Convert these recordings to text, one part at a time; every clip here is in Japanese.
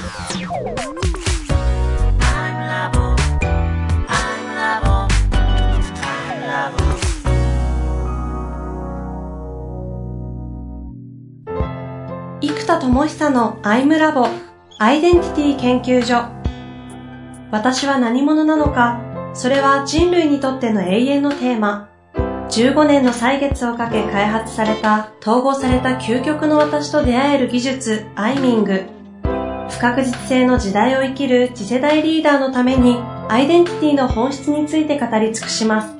生田智久のアイムラボアイデンティティ研究所。私は何者なのか、それは人類にとっての永遠のテーマ。15年の歳月をかけ開発された統合された究極の私と出会える技術アイミング。不確実性の時代を生きる次世代リーダーのためにアイデンティティの本質について語り尽くします。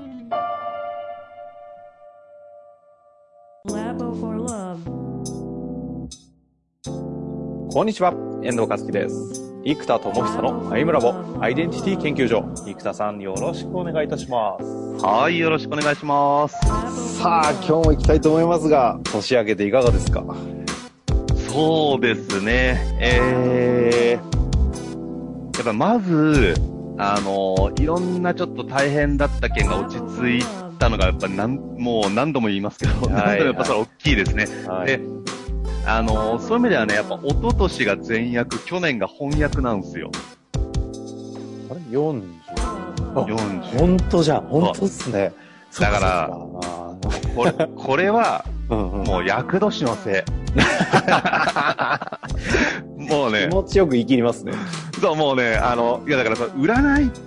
こんにちは、遠藤和樹です。生田智久のアイムラボアイデンティティ研究所。生田さん、よろしくお願いいたします。 はい、よろしくお願いします。 さあ、今日も行きたいと思いますが、年明けていかがですか？ そうですね。やっぱまず、いろんなちょっと大変だった件が落ち着いたのが、やっぱもう何度も言いますけど、やっぱそれ大きいですね。はい、で、そういう意味ではね、やっぱ一昨年が前役、去年が翻訳なんですよ。 あれ ?40。 本当じゃん。本当っすね。 だから、これは、もう厄年のせい。もうね。 気持ちよく言い切りますね。 そう、もうね、いやだからさ、占いって、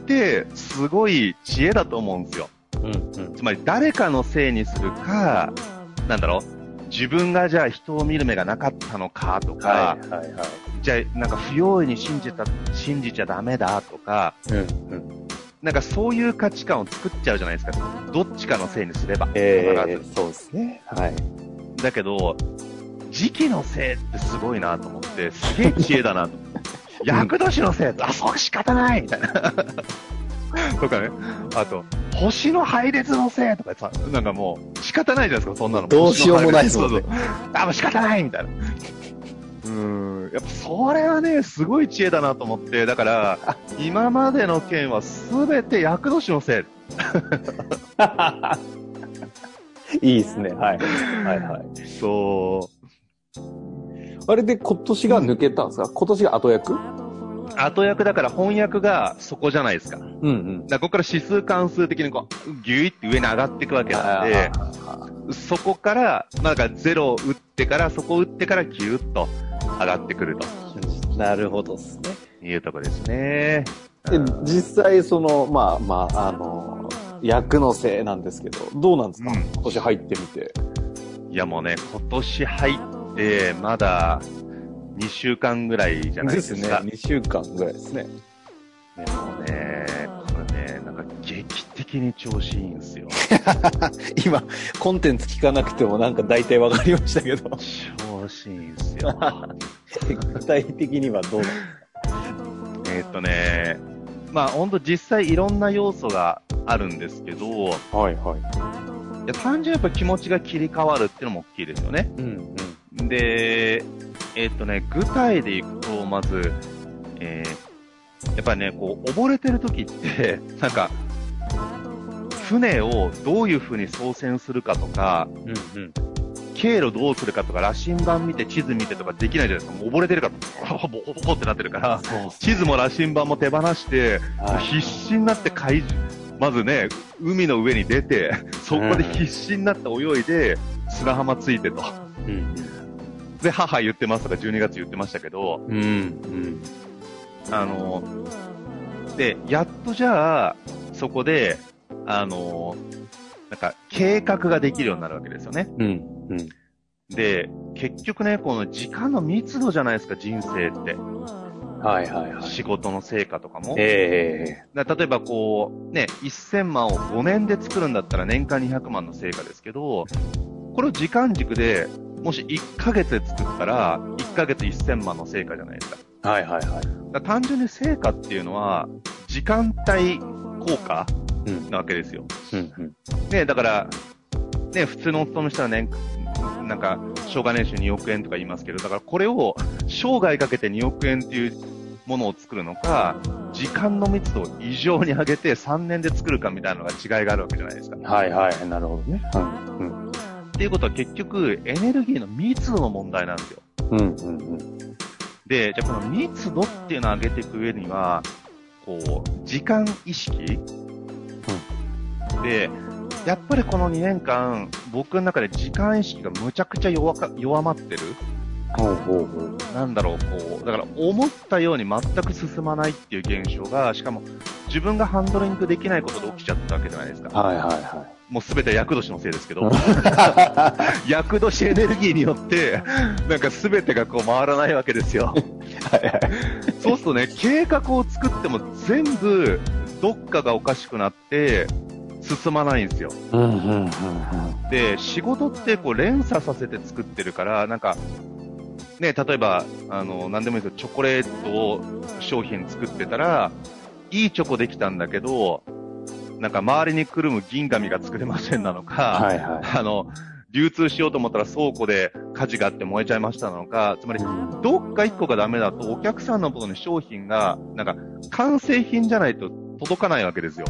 すごい知恵だと思うんですよ。つまり誰かのせいにするか、なんだろう、自分がじゃあ人を見る目がなかったのかとか、じゃあなんか不用意に信じちゃダメだとか、なんかそういう価値観を作っちゃうじゃないですか。どっちかのせいにすれば。 そうですね。はい。 だけど、時期のせいってすごいなと思って、すげえ知恵だなと。厄年のせいって、そう仕方ないみたいな。とかね。あと、星の配列のせいとかさ、なんかもう仕方ないじゃないですか、そんなの。 どうしようもないですもんね。 もう仕方ないみたいな。やっぱそれはね、すごい知恵だなと思って、だから、今までの件はすべて厄年のせい。いいですね。はい。はいはい。 そう。 あれで今年が抜けたんですか？今年が後役だから翻訳がそこじゃないですか。だからここから指数関数的にこう、ギュイって上に上がっていくわけなんで、そこから、なんか0を打ってから、そこを打ってからギュッと上がってくると。 なるほどですね。 いうとこですね。 で、実際役のせいなんですけど、どうなんですか？今年入ってみて。 いやもうね、今年入って、まだ、2週間ぐらいじゃないですか。 ですね。2週間ぐらいですね。 でもね、これね、なんか劇的に調子いいんですよ。 今、コンテンツ聞かなくてもなんか大体わかりましたけど。 調子いいんですよ。 具体的にはどうなんですか？ まあほんと実際いろんな要素があるんですけど、 はい。 いや単純にやっぱ気持ちが切り替わるっていうのも大きいですよね。で、具体でいくと、まず、やっぱりね、こう、溺れてる時って、なんか、船をどういう風に操船するかとか、経路どうするかとか、羅針盤見て、地図見てとかできないじゃないですか。もう溺れてるから、ボコってなってるから、地図も羅針盤も手放して、必死になってまずね、海の上に出て、そこで必死になって泳いで、砂浜ついてと。で、母言ってますとか12月言ってましたけど、で、やっとじゃあ、そこで、なんか、計画ができるようになるわけですよね。で、結局ね、この時間の密度じゃないですか、人生って。仕事の成果とかも。例えばこう、ね、1000万を5年で作るんだったら年間200万の成果ですけど、これを時間軸で、もし1ヶ月で作ったら、1ヶ月1000万の成果じゃないですか。単純に成果っていうのは、時間帯効果なわけですよ。ね、だから、ね、普通のお勤めしたらなんか、生涯年収2億円とか言いますけど、だからこれを生涯かけて2億円っていうものを作るのか、時間の密度を異常に上げて3年で作るかみたいなのが違いがあるわけじゃないですか。 なるほどね。 っていうことは結局、エネルギーの密度の問題なんですよ。 で、じゃあこの密度っていうのを上げていく上には、こう、時間意識、で、やっぱりこの2年間、僕の中で時間意識がむちゃくちゃ弱まってる。なんだろう、こう、だから思ったように全く進まないっていう現象が、しかも自分がハンドリングできないことで起きちゃったわけじゃないですか。 はいはいはい。 もうすべて厄年のせいですけど、厄年エネルギーによって、なんかすべてがこう回らないわけですよ。 はいはい。 そうするとね、計画を作っても全部どっかがおかしくなって進まないんですよ。で、仕事ってこう連鎖させて作ってるから、なんか、ね、例えば、なんでもいいですよ、チョコレートを商品作ってたら、いいチョコできたんだけど、なんか周りにくるむ銀紙が作れませんなのか、はいはい、流通しようと思ったら倉庫で火事があって燃えちゃいましたなのか、つまり、どっか一個がダメだとお客さんのことに商品が、なんか、完成品じゃないと届かないわけですよ。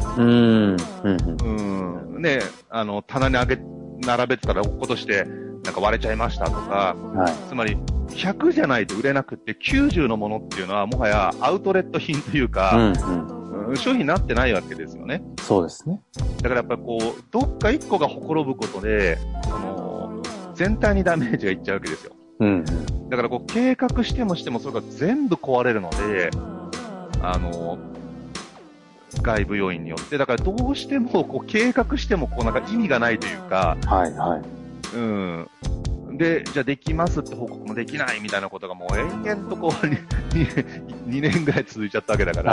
ね、棚に並べてたら落っことして、なんか割れちゃいましたとか、はい、つまり、100じゃないと売れなくって90のものっていうのはもはやアウトレット品というか、商品になってないわけですよね。 そうですね。 だからやっぱこう、どっか一個がほころぶことで、全体にダメージがいっちゃうわけですよ。だからこう、計画してもそれが全部壊れるので、外部要因によって、だからどうしてもこう計画してもこうなんか意味がないというか、はいはい。で、じゃあできますって報告もできないみたいなことがもう延々とこう2年ぐらい続いちゃったわけだから、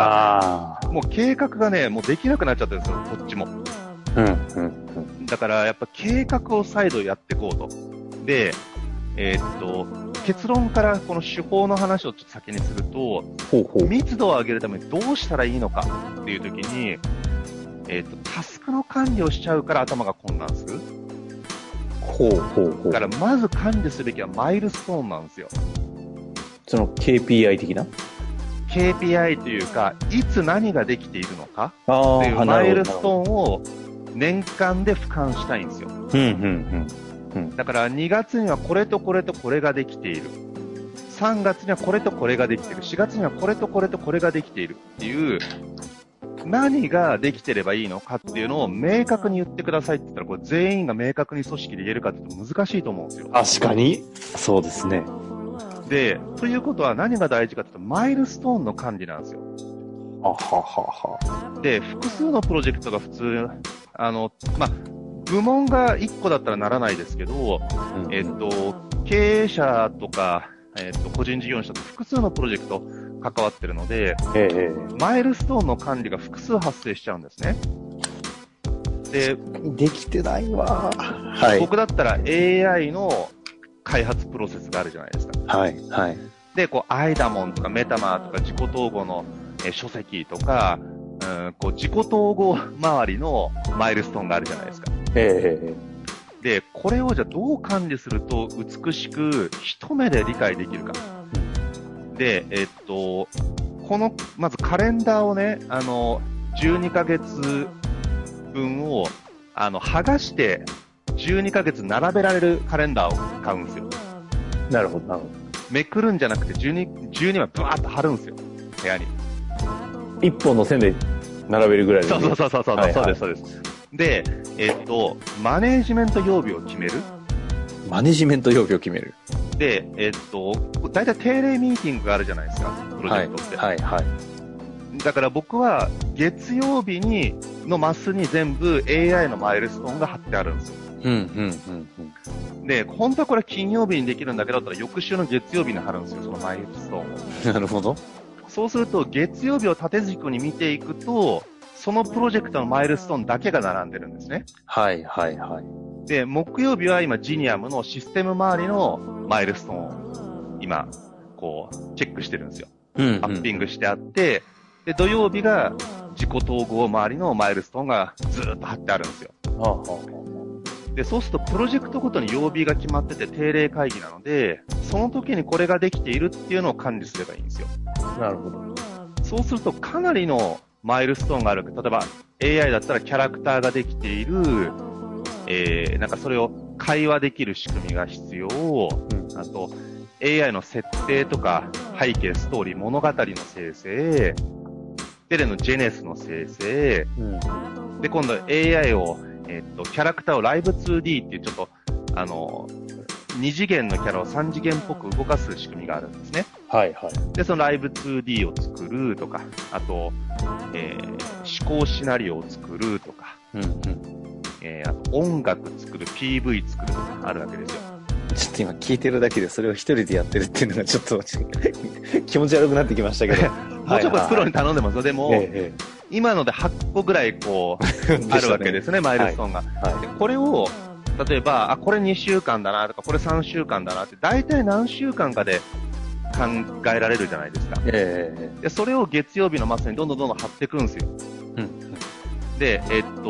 もう計画がね、もうできなくなっちゃったんですよ、こっちも。だからやっぱ計画を再度やっていこうと。で、結論からこの手法の話をちょっと先にすると、密度を上げるためにどうしたらいいのかっていう時に、タスクの管理をしちゃうから頭が混乱する。だからまず管理すべきはマイルストーンなんですよ。 その KPI 的な ?KPI というか、いつ何ができているのかっていうマイルストーンを年間で俯瞰したいんですよ。だから2月にはこれとこれとこれができている。3月にはこれとこれができている。4月にはこれとこれとこれができているっていう、何ができてればいいのかっていうのを明確に言ってくださいって言ったら、これ全員が明確に組織で言えるかって言うと難しいと思うんですよ。 確かに。そうですね。 で、ということは何が大事かっていうと、マイルストーンの管理なんですよ。で、複数のプロジェクトが普通、部門が1個だったらならないですけど、経営者とか、個人事業主と複数のプロジェクト関わってるので、マイルストーンの管理が複数発生しちゃうんですね。 できてないわ。 はい。僕だったら AI の開発プロセスがあるじゃないですか。はい。はい。で、こう、アイダモンとかメタマーとか自己統合の、書籍とか、こう、自己統合周りのマイルストーンがあるじゃないですか。で、これをじゃあどう管理すると美しく一目で理解できるか。で、この、まずカレンダーをね、12ヶ月分を、剥がして、12ヶ月並べられるカレンダーを買うんですよ。 なるほど、なるほど。 めくるんじゃなくて12はブワーッと貼るんですよ。部屋に。 一本の線で並べるぐらいで、ね。 そう、そうです、そうです。で、マネージメント曜日を決める。 マネジメント曜日を決める。 で、だいたい定例ミーティングがあるじゃないですか、プロジェクトって。はい。だから僕は月曜日のマスに全部 AI のマイルストーンが貼ってあるんですよ。で、本当はこれ金曜日にできるんだけど、翌週の月曜日に貼るんですよ、そのマイルストーンを。 なるほど。 そうすると、月曜日を縦軸に見ていくと、そのプロジェクトのマイルストーンだけが並んでるんですね。はい。で、木曜日は今、ジニアムのシステム周りのマイルストーンを今、こう、チェックしてるんですよ。マッピングしてあって、で、土曜日が自己統合周りのマイルストーンがずーっと貼ってあるんですよ。で、そうするとプロジェクトごとに曜日が決まってて定例会議なので、その時にこれができているっていうのを管理すればいいんですよ。 なるほど。 そうするとかなりのマイルストーンがある。例えば AI だったらキャラクターができている、なんかそれを会話できる仕組みが必要。あと AI の設定とか背景、ストーリー、物語の生成、テレのジェネスの生成、で、今度 AI を、キャラクターをライブ 2D っていうちょっと、2次元のキャラを3次元っぽく動かす仕組みがあるんですね。 はいはい。 で、そのライブ 2D を作るとか、あと、思考シナリオを作るとか、あと音楽作る、PV 作るとかあるわけですよ。 ちょっと今聞いてるだけでそれを一人でやってるっていうのがちょっと気持ち悪くなってきましたけど。 もうちょっとプロに頼んでますよ。でも、今ので8個ぐらいこう、あるわけですね、マイルストーンが。でこれを、例えば、これ2週間だなとか、これ3週間だなって、大体何週間かで考えられるじゃないですか。で、それを月曜日の末にどんどん貼っていくんですよ。で、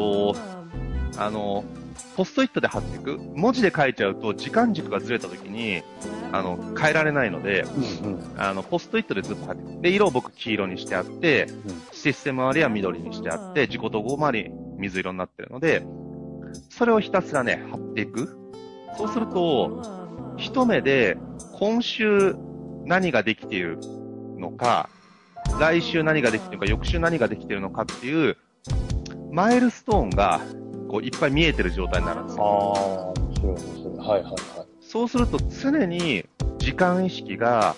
ポストイットで貼っていく。文字で書いちゃうと、時間軸がずれた時に、変えられないので、ポストイットでずっと貼っていく。で、色を僕黄色にしてあって、システム周りは緑にしてあって、自己統合周り水色になってるので、それをひたすらね、貼っていく。そうすると、一目で、今週何ができているのか、来週何ができているのか、翌週何ができているのかっていう、マイルストーンが、こういっぱい見えてる状態になるんですよ。 面白い面白い。はいはいはい。 そうすると常に時間意識が、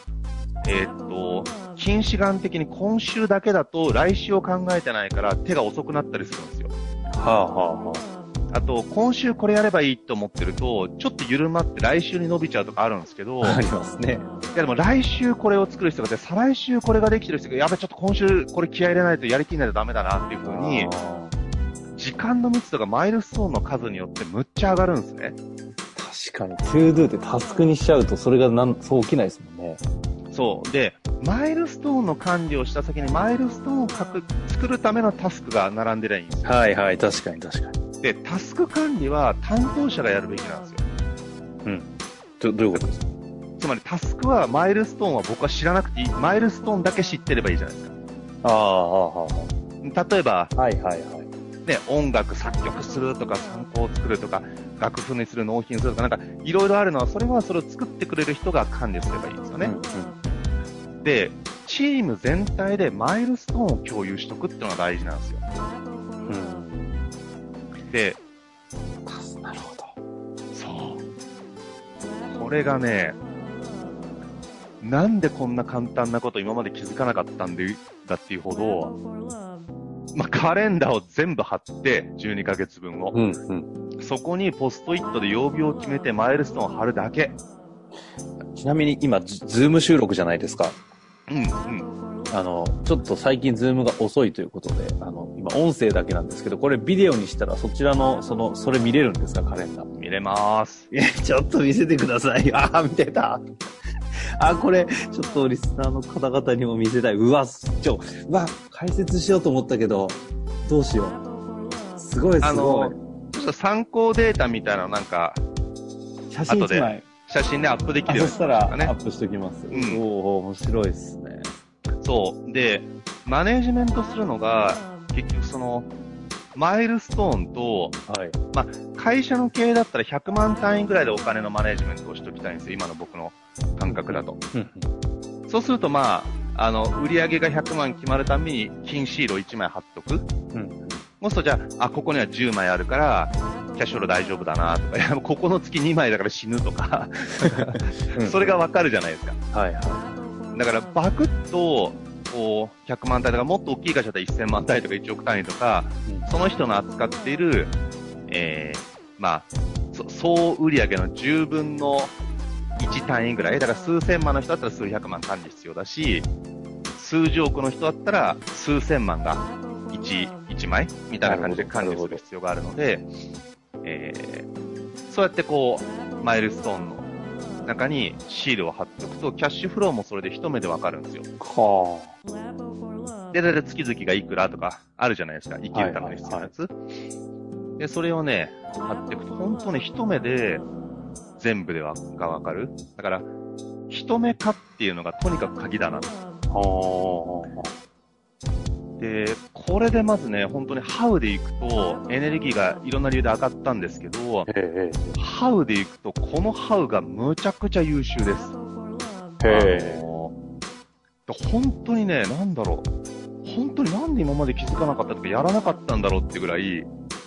近視眼的に今週だけだと来週を考えてないから手が遅くなったりするんですよ。あと、今週これやればいいと思ってると、ちょっと緩まって来週に伸びちゃうとかあるんですけど。 ありますね。 いやでも来週これを作る人がいて、再来週これができてる人が、やべ、ちょっと今週これ気合い入れないとやりきんないとダメだなっていう風に、時間の密度がマイルストーンの数によってむっちゃ上がるんですね。 確かに、ToDo ってタスクにしちゃうとそれがそう起きないですもんね。 そう。で、マイルストーンの管理をした先にマイルストーンを作るためのタスクが並んでりゃいいんですよ。 はいはい、確かに確かに。 で、タスク管理は担当者がやるべきなんですよ。 どういうことですか？ つまりタスクはマイルストーンは僕は知らなくていい。マイルストーンだけ知ってればいいじゃないですか。例えば、ね、音楽作曲するとか、参考を作るとか、楽譜にする、納品するとか、なんか、いろいろあるのは、それはそれを作ってくれる人が管理すればいいんですよね。で、チーム全体でマイルストーンを共有しとくっていうのが大事なんですよ。で、 なるほど。 そう。これがね、なんでこんな簡単なこと今まで気づかなかったんだっていうほど、カレンダーを全部貼って、12ヶ月分を。そこにポストイットで曜日を決めてマイルストーンを貼るだけ。 ちなみに今、ズーム収録じゃないですか。ちょっと最近ズームが遅いということで、今音声だけなんですけど、これビデオにしたらそちらの、それ見れるんですか、カレンダー。 見れまーす。 ちょっと見せてください。見てた。これ、ちょっとリスナーの方々にも見せたい。解説しようと思ったけど、どうしよう。すごい。 ちょっと参考データみたいなのなんか、 写真1枚。 写真でアップできるようにそしたら、アップしときます。面白いですね。 そう。で、マネージメントするのが、結局マイルストーンと、会社の経営だったら100万単位ぐらいでお金のマネージメントをしておきたいんですよ。今の僕の感覚だと。そうすると売り上げが100万決まるたびに金シールを1枚貼っとく。そうするとじゃあ、ここには10枚あるから、キャッシュフロー大丈夫だなとか、ここの月2枚だから死ぬとか、それがわかるじゃないですか。だから、バクッと、100万単位とか、もっと大きい会社だったら1000万単位とか1億単位とか、その人の扱っている、総売上の10分の1単位ぐらい、だから数千万の人だったら数百万管理必要だし、数十億の人だったら数千万が1枚みたいな感じで管理する必要があるので、そうやってマイルストーンの中にシールを貼っておくと、キャッシュフローもそれで一目でわかるんですよ。で、だいたい月々がいくらとかあるじゃないですか。生きるために必要なやつ。で、それをね、貼っていくと、本当に一目で全部がわかる。だから、一目化っていうのがとにかく鍵だな。で、これでまずね、本当にハウで行くと、エネルギーがいろんな理由で上がったんですけど、ハウで行くと、このハウがむちゃくちゃ優秀です。 本当にね、なんだろう。本当になんで今まで気づかなかったとかやらなかったんだろうってぐらい、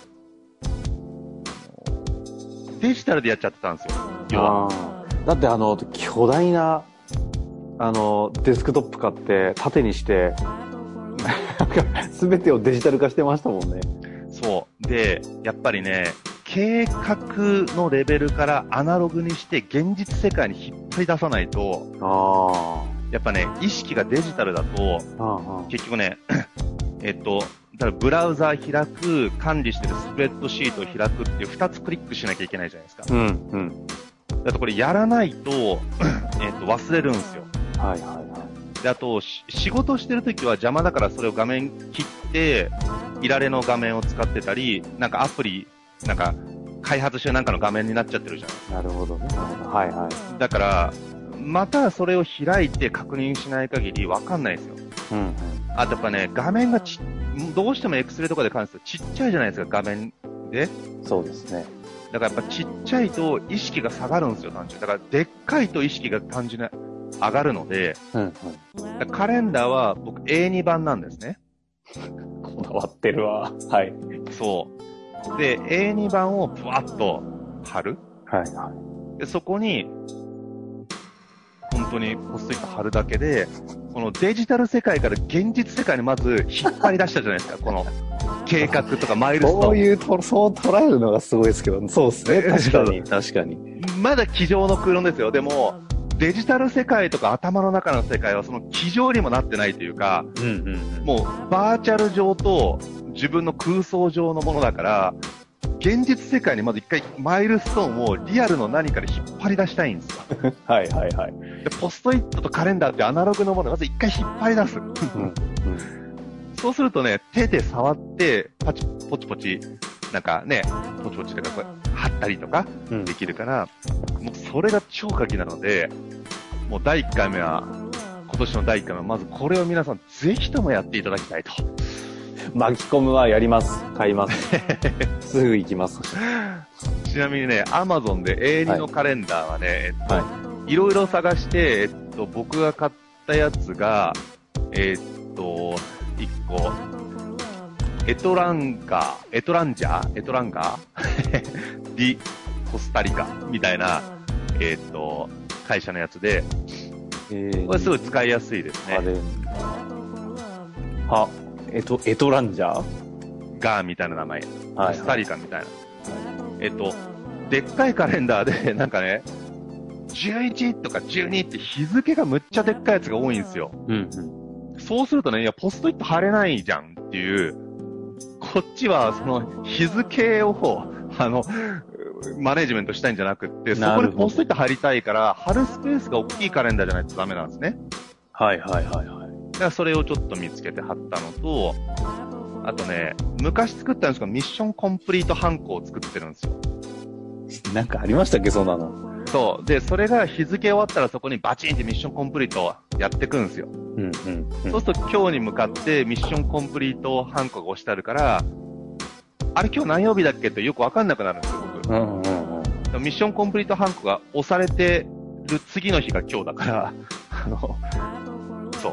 デジタルでやっちゃってたんですよ。要は。 だって巨大な、デスクトップ買って縦にして、すべてをデジタル化してましたもんね。 そう。で、やっぱりね、計画のレベルからアナログにして現実世界に引っ張り出さないと、やっぱね、意識がデジタルだと、結局ね、だからブラウザー開く、管理してるスプレッドシートを開くっていう2つクリックしなきゃいけないじゃないですか。だとこれやらないと、忘れるんですよ。はいはいはい。で、あと、仕事してるときは邪魔だからそれを画面切って、いられの画面を使ってたり、なんかアプリ、なんか、開発してなんかの画面になっちゃってるじゃないですか。 なるほどね。はいはい。 だから、またそれを開いて確認しない限りわかんないですよ。あとやっぱね、画面がどうしてもエクスレとかで感じるとちっちゃいじゃないですか、画面で。 そうですね。 だからやっぱちっちゃいと意識が下がるんですよ、単純に。だからでっかいと意識が単純に上がるので、カレンダーは僕 A2 版なんですね。 こだわってるわ。はい。 そう。で、A2 版をブワッと貼る。はいはい。で、そこに、本当にポストイット貼るだけで、このデジタル世界から現実世界にまず引っ張り出したじゃないですか、この計画とかマイルストーン。 そう捉えるのがすごいですけど、そうですね。確かに、確かに。 まだ机上の空論ですよ。でも、デジタル世界とか頭の中の世界はその机上にもなってないというか、もうバーチャル上と自分の空想上のものだから、現実世界にまず一回マイルストーンをリアルの何かで引っ張り出したいんですよ。 はいはいはい。 でポストイットとカレンダーってアナログのものをまず一回引っ張り出す。そうするとね、手で触って、ポチポチ、なんかね、ポチポチとかこう貼ったりとかできるから、もうそれが超鍵なので、もう第1回目は、今年の第1回目はまずこれを皆さんぜひともやっていただきたいと。 巻き込むはやります。買います。すぐ行きます。 ちなみにね、Amazon で A2 のカレンダーはね、いろいろ探して、僕が買ったやつが、1個、エトランガーディコスタリカみたいな、会社のやつで、これすごい使いやすいですね。 エトランジャーガーみたいな名前。コスタリカみたいな。でっかいカレンダーで、なんかね、11とか12って日付がむっちゃでっかいやつが多いんですよ。そうするとね、いや、ポストイット貼れないじゃんっていう、こっちはその日付を、マネージメントしたいんじゃなくって、そこにポストイット貼りたいから、貼るスペースが大きいカレンダーじゃないとダメなんですね。はいはいはいはい。だからそれをちょっと見つけて貼ったのと、あとね、昔作ったんですけど、ミッションコンプリートハンコを作ってるんですよ。 なんかありましたっけ、そんなの。 そう。で、それが日付終わったらそこにバチンってミッションコンプリートやってくんですよ。そうすると今日に向かってミッションコンプリートハンコが押してあるから、あれ今日何曜日だっけってよくわかんなくなるんですよ、僕。ミッションコンプリートハンコが押されてる次の日が今日だから、そう。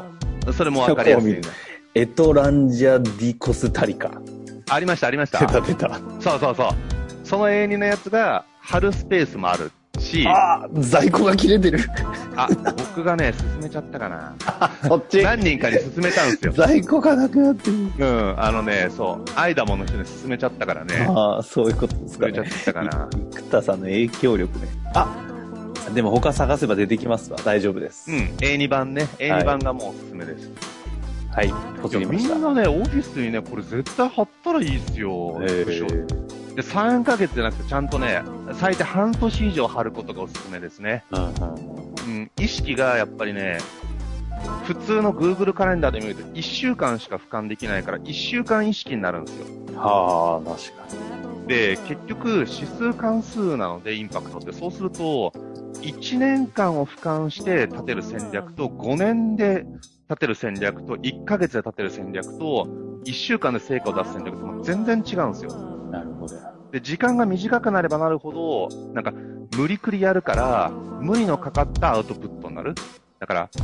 それもわかりやすい。 エトランジャディコスタリカ。 ありました、ありました。 出た。 そうそうそう。その A2 のやつが貼るスペースもあるし。 在庫が切れてる。 僕がね、進めちゃったかな。 そっち。 何人かに進めたんですよ。 在庫がなくなってる。 そう。アイダモンの人に進めちゃったからね。 そういうことですかね。 進めちゃったかな。 生田さんの影響力ね。でも他探せば出てきますわ。大丈夫です。 A2 版ね。A2 版がもうおすすめです。 はい。ポチりました。 みんなね、オフィスにね、これ絶対貼ったらいいっすよ。で、3ヶ月じゃなくてちゃんとね、最低半年以上貼ることがおすすめですね。意識がやっぱりね、普通の Google カレンダーで見ると1週間しか俯瞰できないから1週間意識になるんですよ。 確かに。で、結局指数関数なのでインパクトって、そうすると1年間を俯瞰して立てる戦略と5年で立てる戦略と1ヶ月で立てる戦略と1週間で成果を出す戦略とも全然違うんですよ。 なるほど。 で、時間が短くなればなるほど、なんか無理くりやるから無理のかかったアウトプットになる。だから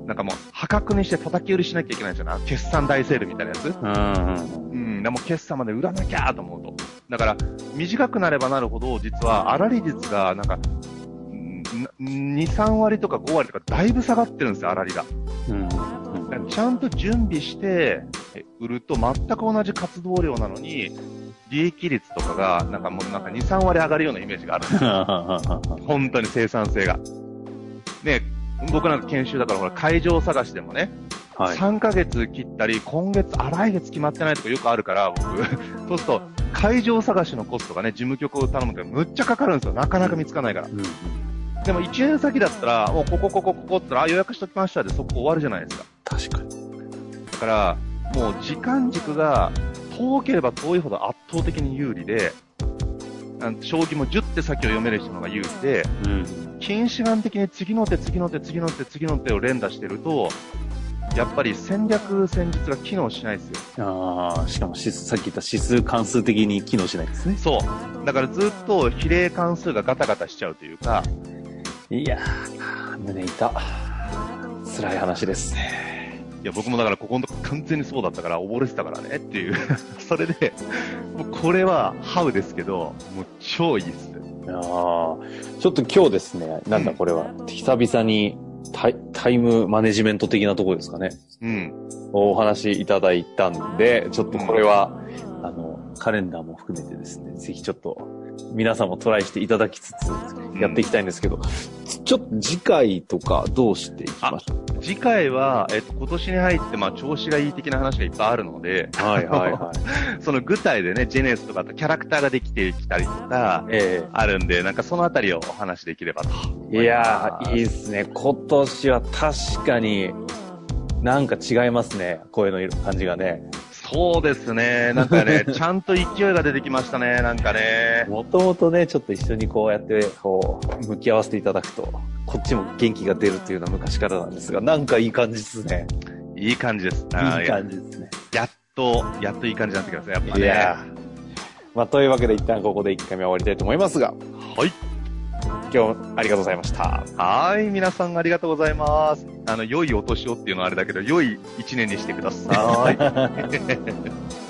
なんかもう破格にして叩き売りしなきゃいけないじゃない、決算大セールみたいなやつ。でも決算まで売らなきゃと思うと。だから、短くなればなるほど、実は粗利率が、なんか、2、3割とか5割とかだいぶ下がってるんですよ、粗利が。ちゃんと準備して売ると全く同じ活動量なのに、利益率とかが、なんかもうなんか2、3割上がるようなイメージがあるんですよ。本当に生産性が。ね、僕なんか研修だから、ほら、会場探しでもね、はい、3ヶ月切ったり、今月、来月決まってないとかよくあるから、僕。そうすると、会場探しのコストがね、事務局を頼むとむっちゃかかるんですよ。なかなか見つかないから。でも1年先だったら、もうここって言ったら、予約しときましたで、そこ終わるじゃないですか。 確かに。 だから、もう時間軸が遠ければ遠いほど圧倒的に有利で、将棋も10手先を読める人の方が有利で、近視眼的に次の手を連打してると、やっぱり戦術が機能しないですよ。 しかもさっき言った指数関数的に機能しないですね。 そう。だからずっと比例関数がガタガタしちゃうというか。 いやー、胸痛。辛い話ですね。 いや、僕もだからここのとこ完全にそうだったから溺れてたからねっていう。それで、もうこれはハウですけど、もう超いいっす。 ちょっと今日ですね、なんだこれは、久々にタイムマネジメント的なところですかね。お話いただいたんで、ちょっとこれは、カレンダーも含めてですね、ぜひちょっと皆さんもトライしていただきつつやっていきたいんですけど、ちょっと次回とかどうしていきましょう？ 次回は、今年に入って、調子がいい的な話がいっぱいあるので、その具体でね、ジェネスとかとキャラクターができてきたりとか、あるんで、なんかそのあたりをお話できればと。 いやー、いいっすね。今年は確かになんか違いますね。声の感じがね。 そうですね。なんかね、ちゃんと勢いが出てきましたね。なんかね。 もともとね、ちょっと一緒にこうやって、向き合わせていただくと、こっちも元気が出るっていうのは昔からなんですが、なんかいい感じですね。 いい感じです。 いい感じですね。 やっといい感じになってきますね。やっぱね。 いやー。というわけで一旦ここで1回目終わりたいと思いますが。 はい。 今日ありがとうございました。 はい、皆さんありがとうございます。良いお年をっていうのはあれだけど、良い一年にしてください。